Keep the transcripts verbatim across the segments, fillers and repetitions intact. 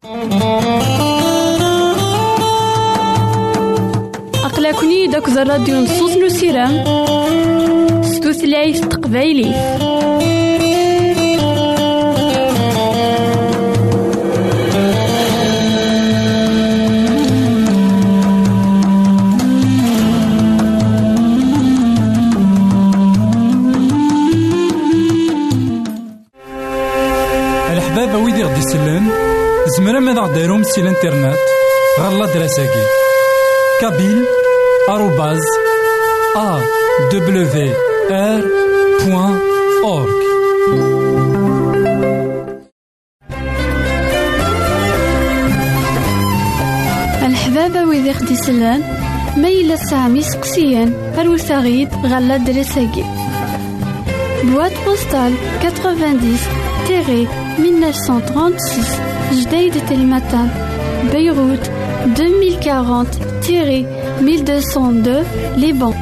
أقلكني داك الراديو نصوص نسيران ستوثلايف تقبايلي. الحباب ويدي غدي يسلن زمرا ماذا غديرهم سي الانترنت غالا دراساكي كابيل آروباز أ دبليو آر بوان أورك. الحبابة ويدي خدي سلان ميلا سامي سقسيان أروساغيد غالا دراساكي بواد بوستال تسعين مية وتسعمية وثلاثة وثلاثين جديد تلمتان بيروت deux mille quarante mille deux cent deux Liban.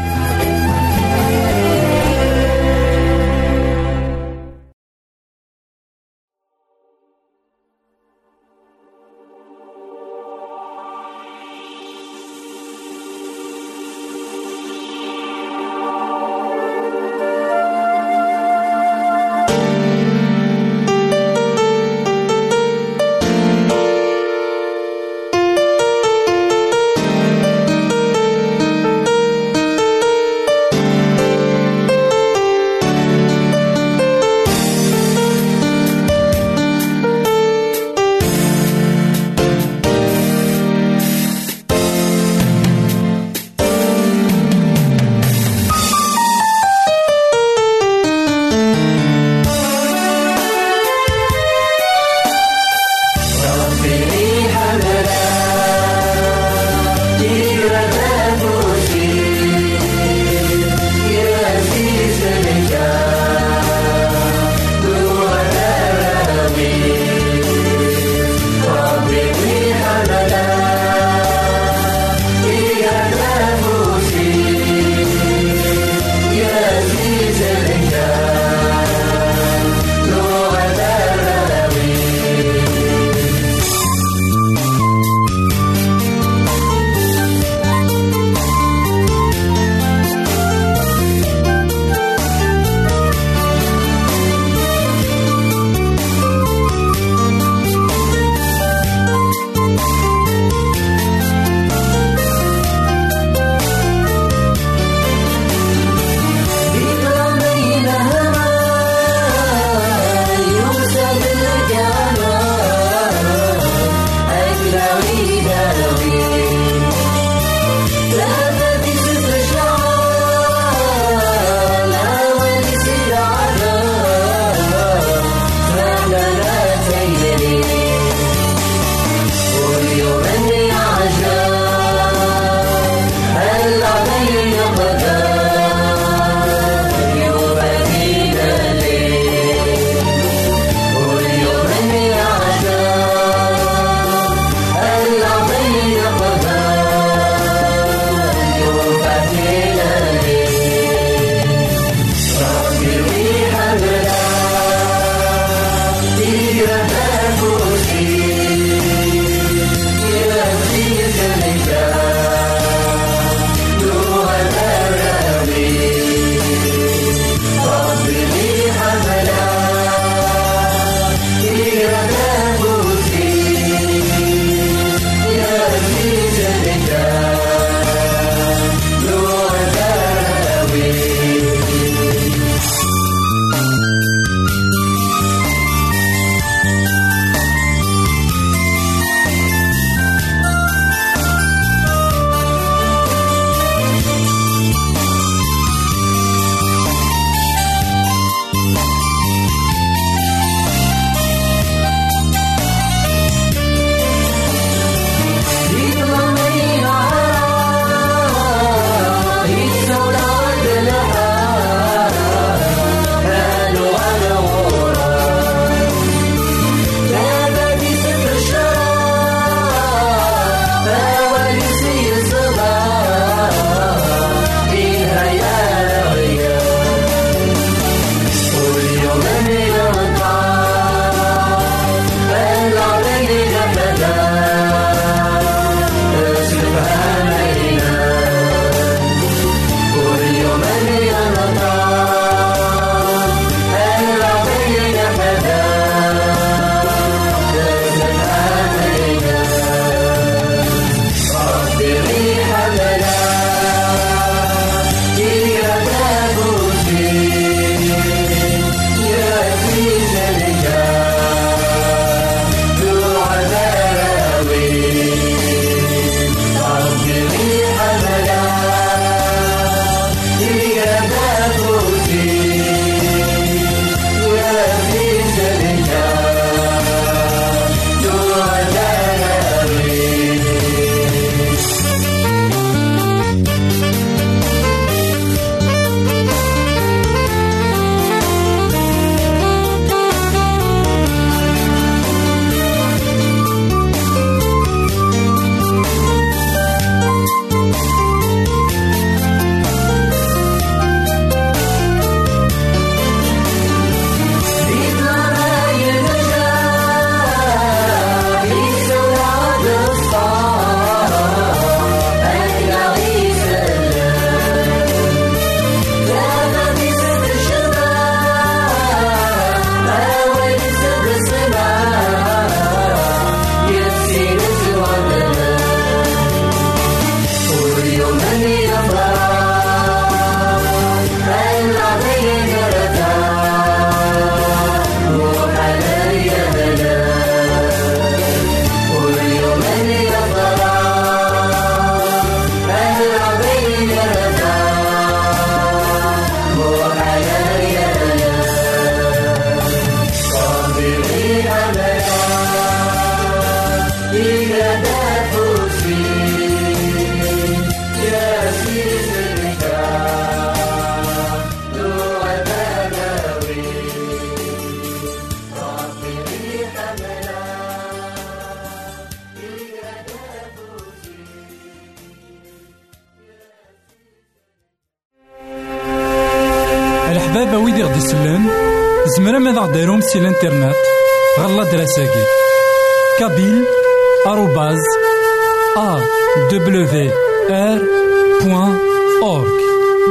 الحبابة ويدي غدي يسلم زمرا ماذا غديرهم سي الانترنت غالا دراساكي كابيل آروباز أ دبليو آر بوان أورك.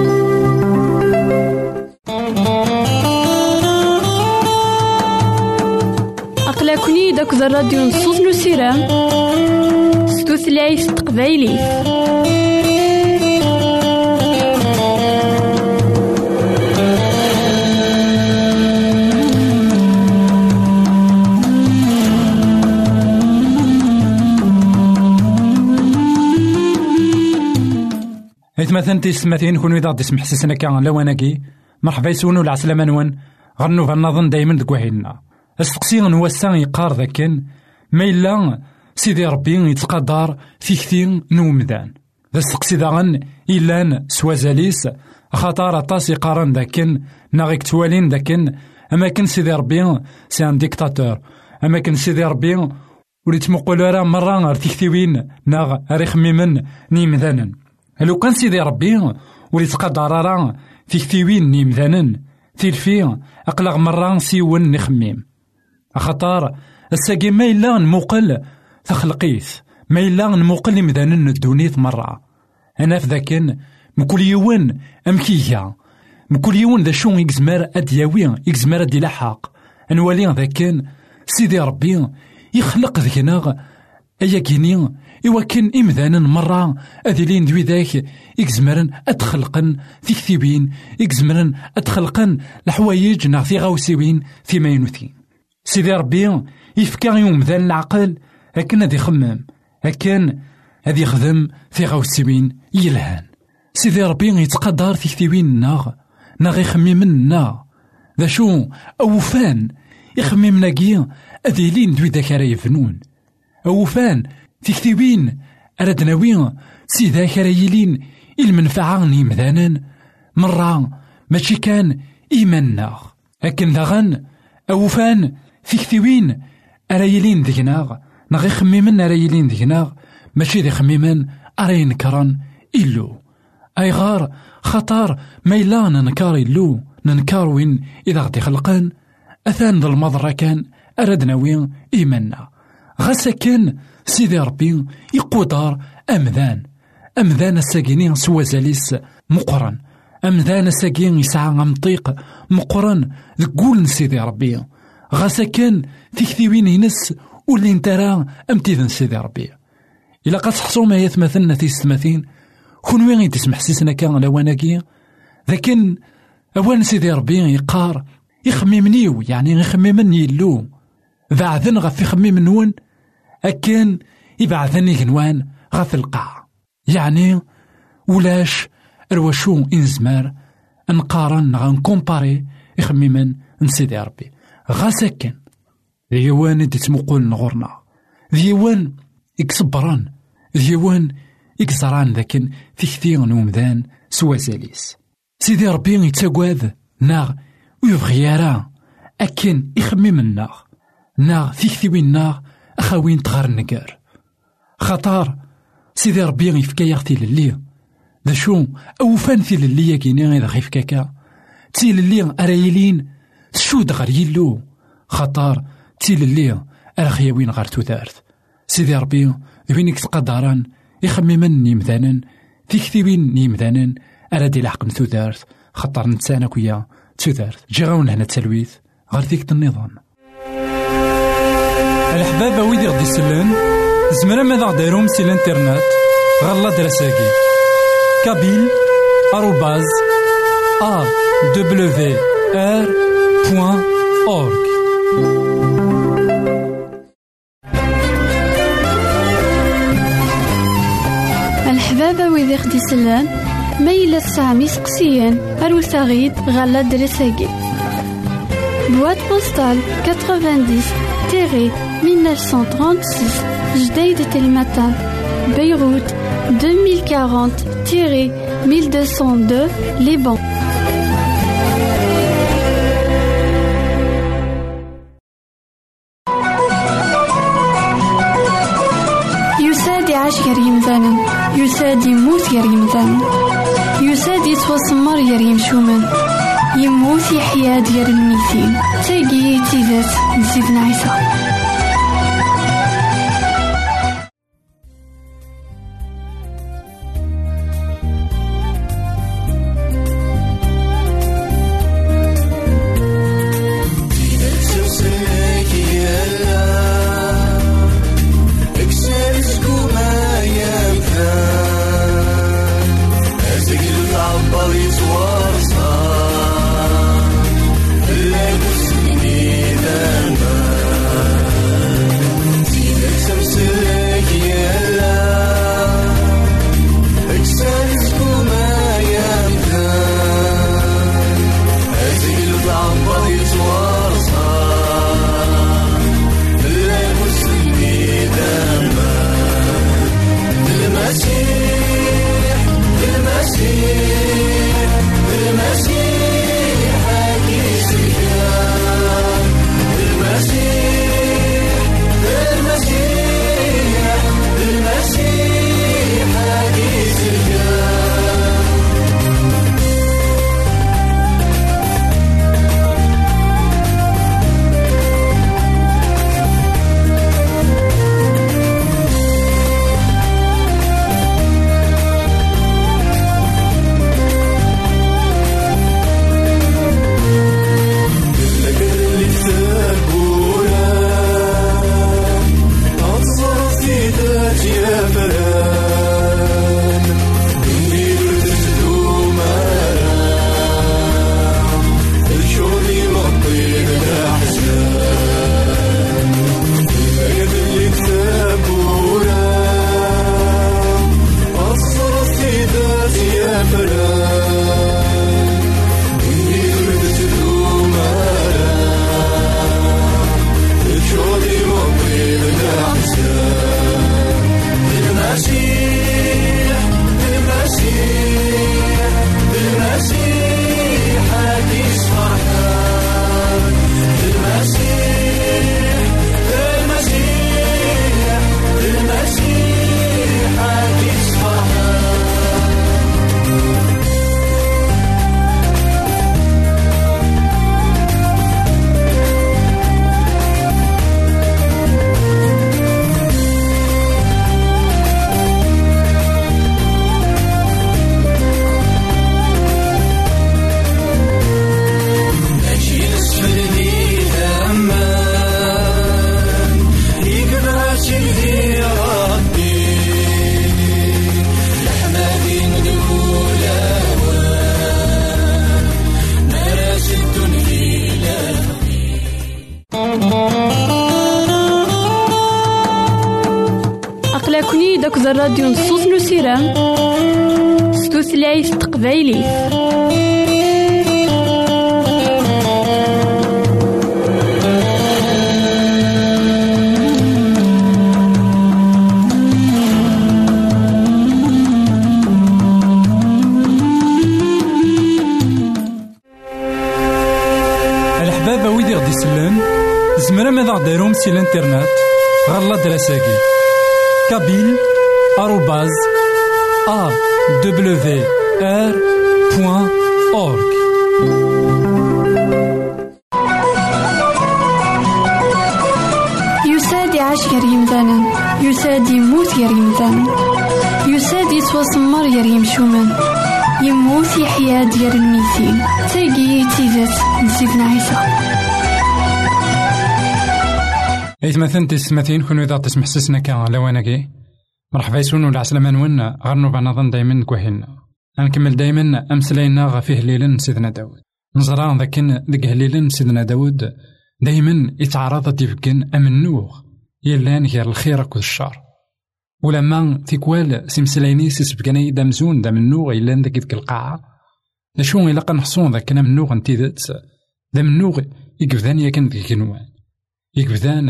أقلكني داك الراديو نصوص نسيرام ستوثلايف تقبايلي. مثلا تيسماتين كون إذا غدي يسمح سيسنا كان لواناكي مرحبا يسونو العسلامة نوان غنوفا نظن دايما دكواهينا السقسي هو السان يقار ذاكن ما إلا سيدي ربي يتقدر في كثير نومدان ذا السقسي داغن إلان سوازاليس خطار أطاس يقارن ذاكن ناغيك توالين ذاكن أما كان سيدي ربي سي ان ديكتاتور أما كان سيدي ربي وليت مقول راه مرة غير تكتيوين ناغ ريخميمن نيمذانا لو كان سيدي ربي وليتقدر راه في كثيوين نيمذانا تيلفي أقلق مرة سيون نخميم خطار الساقي ما إلا نموقل تخلقيث ما إلا نموقل مذانا الدونيث مرة أنا في ذاكن مكل يوان أمكيها مكل يوان ذا شون إكزمار أدياوي إكزمار أدي لحق أنوالي ذاكن سيدي ربي يخلق ذكنا أيا كيني إوا كان إمذانا مرة أذلين دوي ذاك إكزمرن أتخلقن في كثيبين إكزمرن أتخلقن لحوايج نعطي غاوسيوين في ما ينوثين سيدي ربي يفكا يوم ذان العقل هكذا ذي خمم هكذا هذي خدم في غاوسيوين يلهان سيدي ربي يتقدر في كثيبين ناغ ناغ يخممن ناغ ذا شو أوفان يخممنا كيا أذلين دوي ذاك راه يفنون أوفان في كثيبين أردناوين سيدا كرايلين المنفعة نيمذانا مرة ماشي كان إيماننا لكن داغن أوفان في كثيوين أرايلين ذكناغ نغي خميمن أرايلين ذكناغ ماشي ذي خميمن أراي نكران إلو أي غار خطار ما إلا ننكار إلو ننكار وين إذا غدي خلقان أثان ذا المضرة كان أردناوين إيماننا غاسا كان سيدي ربي يقدر أمذان أمذان الساقينين سوازاليس مقرن أمذان الساقين يسعى منطيق مقرن ذقول سيدي ربي غاسا كان في كثيوين ينس واللي انترى أمتيذن سيدي ربي إلا قد تحصو ما يثمثلنا في ستماثين كون وين تسمح سيسنا كان لواناكي لكن أولا سيدي ربي يقار يخممنيو يعني يخممني اللو بعدن غفي خميم نون أكن يبعثني كنوان غف القاع يعني ولاش روشو إنزمار نقارن غنكومباري يخميمن نسيدي ربي غاسكن ديوان تتمقول نغورنا ديوان يكصبران ديوان يكزران ذاكن في كثير نومذان سوازاليس سيدي ربي يتساقواذ ناغ ويبغيارا أكن يخميمن ناغ ناغ في كثيوين ناغ أخاوين تغار النقار خطار سيدي ربي يفكا يغتي للي ذا شو أوفان في للي كيني إذا خيفكاكا تي للي أرايلين شو دغر يلو خطار تي للي أرخيوين غار تودارت سيدي ربي وينك تقدران يخممن نيمذانا في كثيرين نيمذانا أرادي لحق تودارت خطر نتسانا كويا تودارت جيغاون هنا التلويث غير ذيك النظام الحبابة ويدي غدي يسلن زمرا ماذا غديرهم سي الانترنت غالا دراساكي كابيل آروباز أ دبليو آر بوان أورك. الحبابة ويدي غدي يسلن ميلا سامي سقسيان أروساغيد غالا دراساكي بواد بوستال تسعين mille neuf cent trente-six, جديد تلمتان Beyrouth deux mille quarante mille deux cent deux, Liban. يساد يعيش غير يمثالا، يساد يموت غير يمثالا، يساد يتوسمر غير يمشومان، يموت يحيا غير الميتين. تاقي تيزات نسيدنا عيسى. أقلكني داك الراديو نصوص نسيران ستوثلايف تقبايلي. الحبابة ويدي غدي يسلم زمرا ماذا غديرهم سي الانترنت غالا دراساكي كابيل آروباز أ دبليو آر بوان أورك. يساد يعيش غير يمثالا، يساد يموت غير يمثالا، يساد يتوسمر غير يمشومان، يموت يحيا ديال الميتين. تاقي تيزات نسيدنا عيسى. إذا مثلا تسمثين كونو إذا تسمح سسنا كان لواناكي مرحبا يسونو العسلامة نون غرنو بنظن دايما كوهينا. غنكمل دايما أمسلينا غفيه هليلا سيدنا داود نزران ذاكن ذك هليلا سيدنا داود دايما يتعرض ديفكن أمنوغ يلان غير الخير أكو الشر، ولما تيكوال سيمسلايني سيسبكني دامزون دامنوغ يلان ذاك ذاك القاعة لشون إلا قنحصون ذاك منوغ انتيدات دامنوغ يقفدان ياكن ذيك نوان يقفدان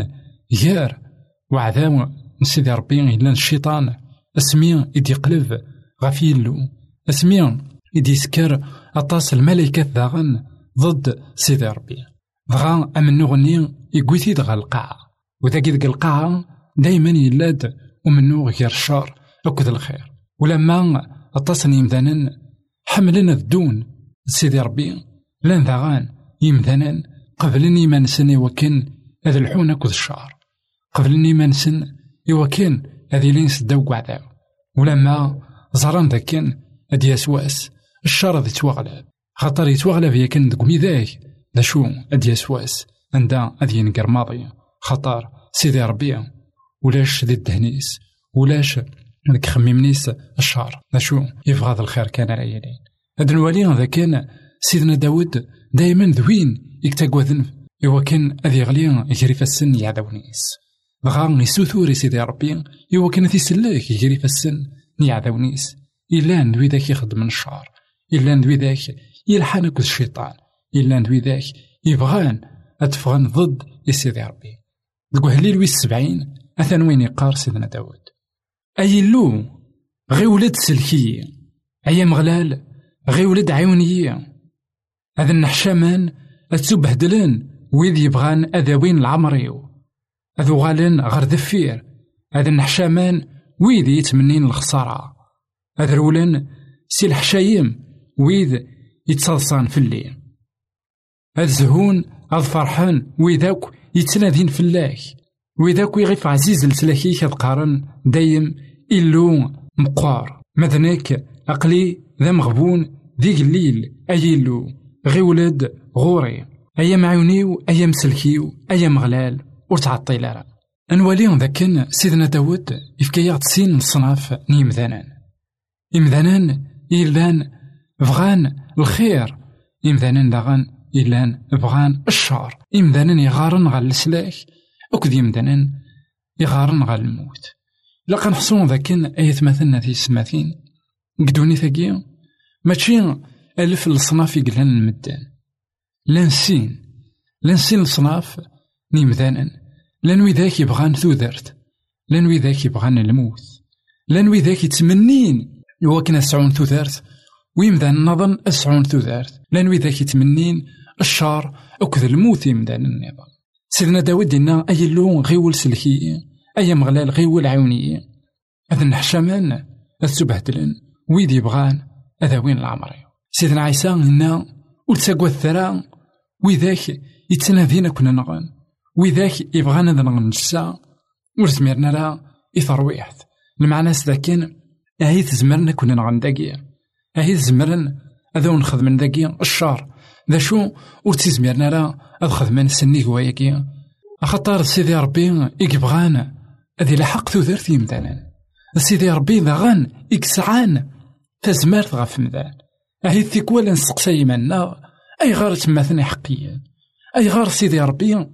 غير وعذاو نسيدي ربي إلا الشيطان اسمي يدي قلب غفيلو، اسمي يدي سكر أطاس الملائكة داغن ضد سيدي ربي. بغا أمن نغني يقويتي دغا القاعة، وذاك ديك القاعة دايما يلاد ومنو غير الشر أكد الخير. ولما أطاسن يمدانن حملن الدون سيدي ربي لان داغان يمدانن قبلني ما نسن يوكن هذا الحون أكد الشر، قبلني ما نسن يوكن هذي لين سداو قعداو. ولما زران ذاكن هادي يسواس الشر ذي تواغلب، خاطر يتواغلب يكن دقمي ذاك دا شو هادي يسواس عندها هادي ينقر ماضي، خاطر سيدي ربي ولاش ذي الدهنيس ولاش ذاك خميمنيس الشر دا شو يبغى هذا الخير كان رايلين. هاد الولي ذا كان سيدنا داود دايما ذوين يكتاقوا ذنب إوا كان هذي غلي يجري في السن يعذونيس، بغا يسوثوري سيدي ربي إوا كان في سلاك يجري في السن يعذونيس. إلا ندوي ذاك يخدم الشر، إلا ندوي ذاك يلحن كل الشيطان، إلا ندوي ذاك يبغان أتفغن ضد سيدي ربي. لقوه ليل ويس سبعين أثن وين يقار سيدنا داود أي اللو غي ولد سلكية أي مغلال غي ولد عيونية. هذا النحشامان أتسبهدلن ويذ يبغان أذاوين العمريو، أذو غالن غير ذفير. هذا النحشامان ويذ يتمنين الخسارة، هذا رولن سي الحشايم ويذ يتصلصان في الليل. هذا زهون هذا فرحان ويذاك يتنادين في الله، ويذاك يغيف عزيز لسلاكي كذقارن دايم إلو مقار. مذنك أقلي ذا مغبون ذيك الليل أي إلو غي ولد غوري أيا معيونيو أيا مسلكيو أيا مغلال ورتعطي لارا. أنوالي ذاكن سيدنا داود يفكيا تسين الصناف نيمذانان، إمذانان إلان بغان الخير، إمذانان داغان إلان بغان الشر، إمذانان يغارن غال السلاك أكد إمذانان يغارن غال الموت. لقا نحصون ذاكن أيث مثلنا في السماثين قدوني ثاقيا ماشي ألف الصناف يقلان المدان، لانسين لانسين الصناف نيمذانان، لانوي ذاك يبغان ثوذرت، لانوي ذاك يبغان الموت، لانوي ذاك يتمنين يوكنا سعون ثوذرت ويمذان نظن أسعون ثوذرت، لانوي ذاك يتمنين الشار أكذ الموت يمذان النظام. سيدنا داود دينا أي اللون غيول سلكي أي مغلال غيول عيوني. هذا النحشامان السبهدلن ويدي يبغان أذاوين العمري. سيدنا عيسى لنا ولتساقوا الثراء وذاك يتنادينا كنا نغن، وذاك يبغانا ذا نغن الساعة ورزميرنا لا يثرويحت. المعنى سذاكين أهي تزمرنا كنا نغن داقيا، أهي تزمرن أذا نخذ من داقيا الشار ذا شو ورتزميرنا لا أخذ من سني هواياكيا. أخطار سيدي ربي يبغانا أذي لحق ثوثرتي مدانا، سيدي ربي ذا غن إكسعان تزمرت غف مدان. أهي الثكوى نسقسي منا أي غار تماثني حقيا، أي غار سيدي ربي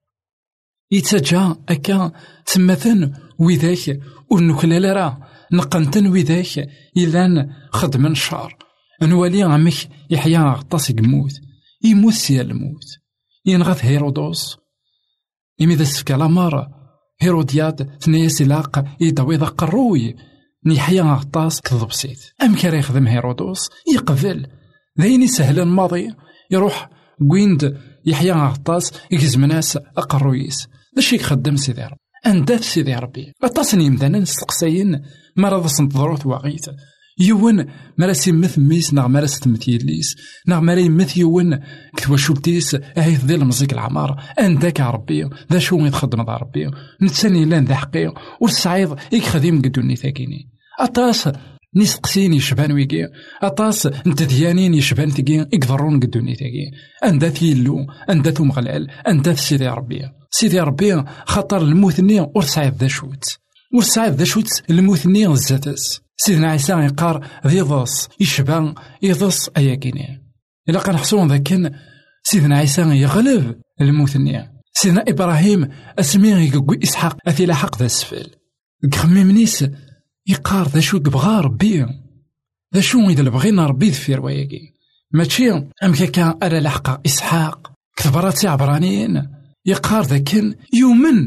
يتجا أكا تماثن وذاك ونكلال راه نقنتن وذاك إلان خدمن شار. نوالي عمك يحيا غطاس يموت يموت سيا الموت ينغث هيرودوس إمي ذا سفكا لامار هيرودياد ثنياس لاق يدوي ذا قروي نيحيا غطاس كذبسيت. أم كان يخدم هيرودوس يقبل ذيني سهل الماضي يروح قويند يحيا غطاس يكزمناس أقرويس داشي يخدم سيدي ربي أندات سيدي ربي. أطاسني يمدانا نستقساين مرض سنتضروت واغيت يوون مراسي مث ميس نغ مراسي تمث يليس نغ مراسي مث يوون كتوا شولتيس أهيث ذي المزيك العمار أنداك ربي ذا شو يتخدم ذا ربي نتساني لان ذا حقي والسعيد يخدم قدوني ثاكيني. أطاس نسقسين يشبان ويكي أطاس نتديانين يشبان ثقي يقدرون قدوني ثقي أندات يلو أندات مغلال أندات سيدي ربي. سيدي ربي خطر الموثني ورسعيد ذا شوت ورسعيد ذا شوت الموثني الزاتس. سيدنا عيسى يقار ذي ضص يشبان يضص أياكيني. إلا كان حصون ذاكن سيدنا عيسى يغلب الموثني. سيدنا إبراهيم أسميه يقوي إسحاق أثي لحق ذا السفل خميمنيس يقار ذا شو يبغى ربي ذا شو إذا بغينا ربي ذفير وياكي ماشي أم كان ألا لحق إسحاق كثبرات عبرانيين يقار ذاكن يومن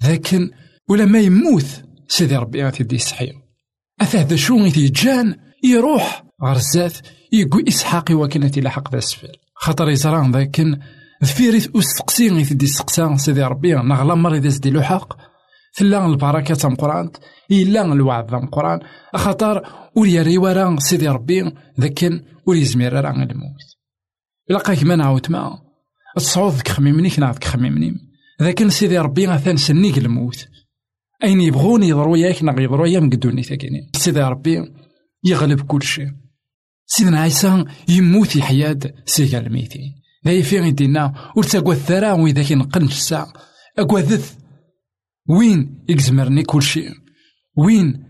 لكن ولا ما يموت سيدي ربي غتدي يصحي أثهد شو غيتي جان يروح غرزات يقوي إسحاقي وكنتي لحق ذا السفل خاطر يزران ذاكن ذفيريث أستقسي غيتدي يسقسا سيدي ربي نغلا مر إذا زدي لحق ثلا البركة تم قرآن إلا الوعد تم قرآن خاطر ولي ريوارا سيدي ربي ذاكن ولي زمير راه الموت لقاك ما نعاود ما الصعود كخميمني كنعرف خميمني ذاكن سيدي ربي غاثان سنيك الموت أين يبغون يضروا ياك نغ يضروا يا مقدوني ثاكيني سيدي ربي يغلب كل شيء سيدنا عيسى يموت يحياد سيجا الميتين لا يفيغ يدينا ورتاقوى الثرا وإذا كي نقنش الساعة أقوذث وين يكزمرني كل شيء وين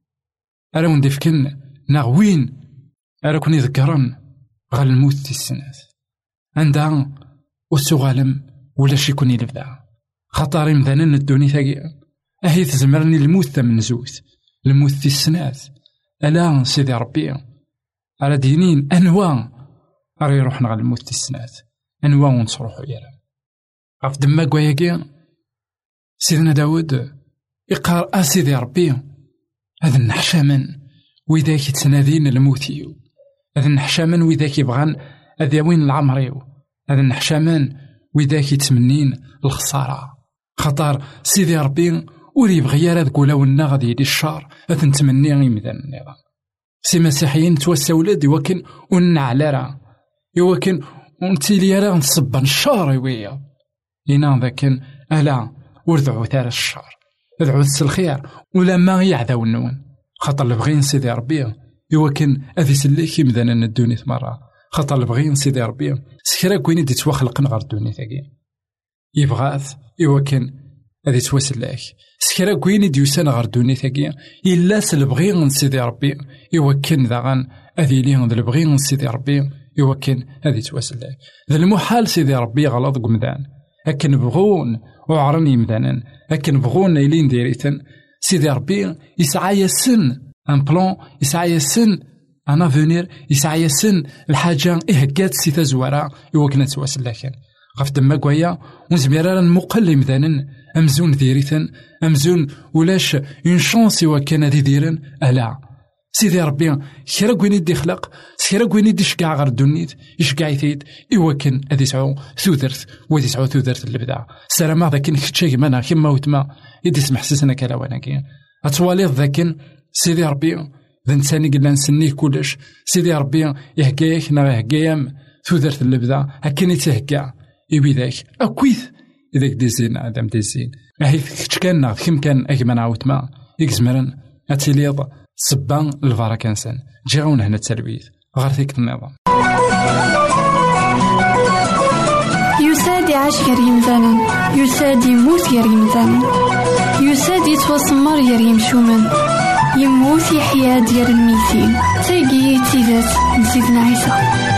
أرى وندفكن ناغ وين أرى كوني ذكرن غال الموت دي السنات عندها والسغالم ولا شي كوني لبدا خطاري مذانا ندوني ثاقيا أهي تزمرني الموت من زوت الموت دي السنات ألا سيدي ربي على دينين أنواع أري روحنا غال الموت دي السنات أنواع ونصروحو يالا غاف دما قواياكي سيدنا داود يقار أسيدي ربي هذا النحشامن وإذاك يتسنادين الموتيو هذا النحشامن وإذاك يبغان أذيوين العمريو هذا النحشامن وإذاك يتمنين الخسارة خطر سيدي ربي ولي بغيار هذا قولا ونا غادي يدي الشار هذا نتمني غيمدان النظام سي مسيحيين توسا ولاد يوكن ونعلى راه يوكن ونتيلي راه نصبن الشار يويا لينا ذاكن ألا وردعو ثار الشار ادعو الخير ولا ما يعذاو النون خاطر البغين سيدي ربي يوكن أذي سليك يمدانا ندوني مرة خاطر البغين سيدي ربي سكرا كويني دي توخلقن غير دوني ثاقي يبغاث يوكن أذي توسلاك سكرا كويني ديوسان غير دوني ثاقي إلا سلبغين سيدي ربي يوكن ذاغن أذي لين ذا البغين سيدي ربي يوكن أذي توسلاك ذا المحال سيدي ربي غلط قمدان أكن بغون وعرني مدانا لكن بغونا يلين ديريتن سيدي ربي يسعى يسن ان بلان يسعى يسن ان افونير يسعى يسن الحاجه اهكات سيتا زوارا يوكنا تواسلاكن غف دما كوايا ونزميرا نمقل مدانا امزون ديريتن امزون ولاش اون شونس وكان هذي ديرن الا سيدي ربي كرا كويني دي خلق كرا كويني دي شكاع غير دونيت يشكاع يثيد يوكن هذي سعو ثوثرت وذي سعو ثوثرت اللي بدا سلام ذاك كتشي مانا كيما وتما يدي سمح سسنا كلاوانا كاين اتواليض ذاك سيدي ربي ذنساني قلنا نسنيه كلش سيدي ربي يهكايك نا يهكايام ثوثرت اللي بدا هكا يتهكا يبي ذاك اكويث اذاك ديزين ادم ديزين هاي كتشكان كيم كان اكما عاوتما يكزمرن اتيليض سبان الفارا انسان جاون هنا التلويث غير فيك النظام يساد يعيش كريم زانن يساد يموت كريم زانن يساد يتوسمر يريم شومن يموت يحيا ديال الميتين تاقي تيزات نسيدنا عيسى.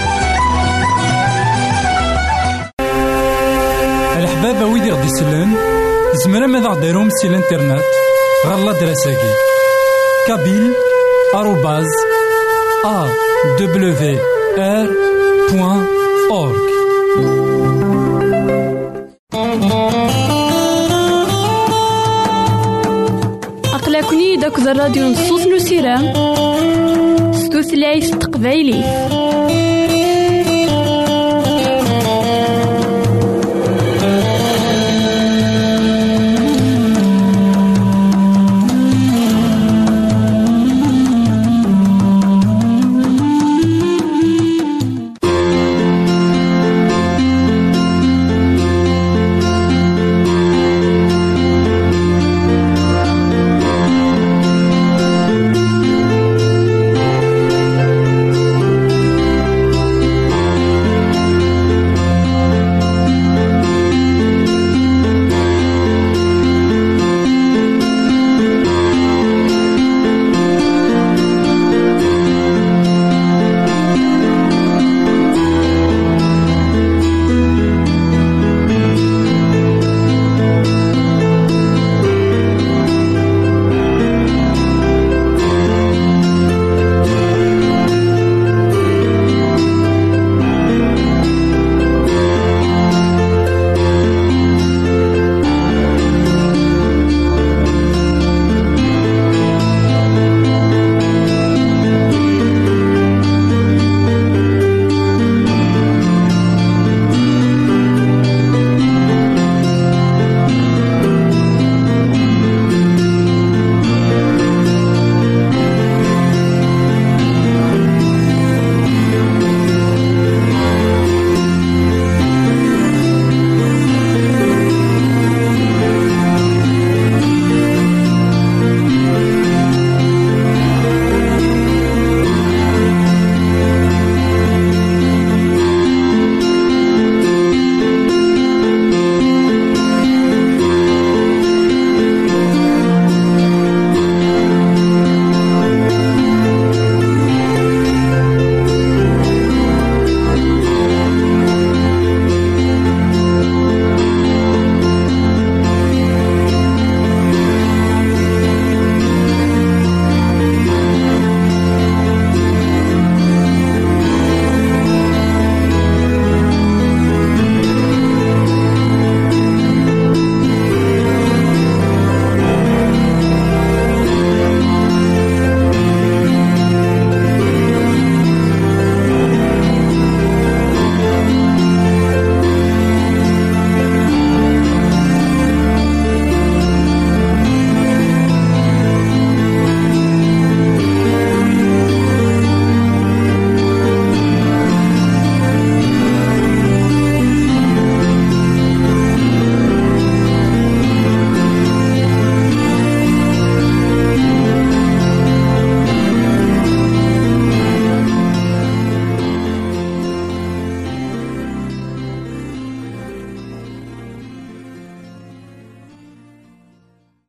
الحبابة ويدي غدي سلان زمرا ماذا غديرهم سي الانترنت غالا دراساكي كابيل آروباز أ دبليو آر بوان أورك. أقلكني داك الراديو نصوص نسيران ستوثلايف تقبايلي.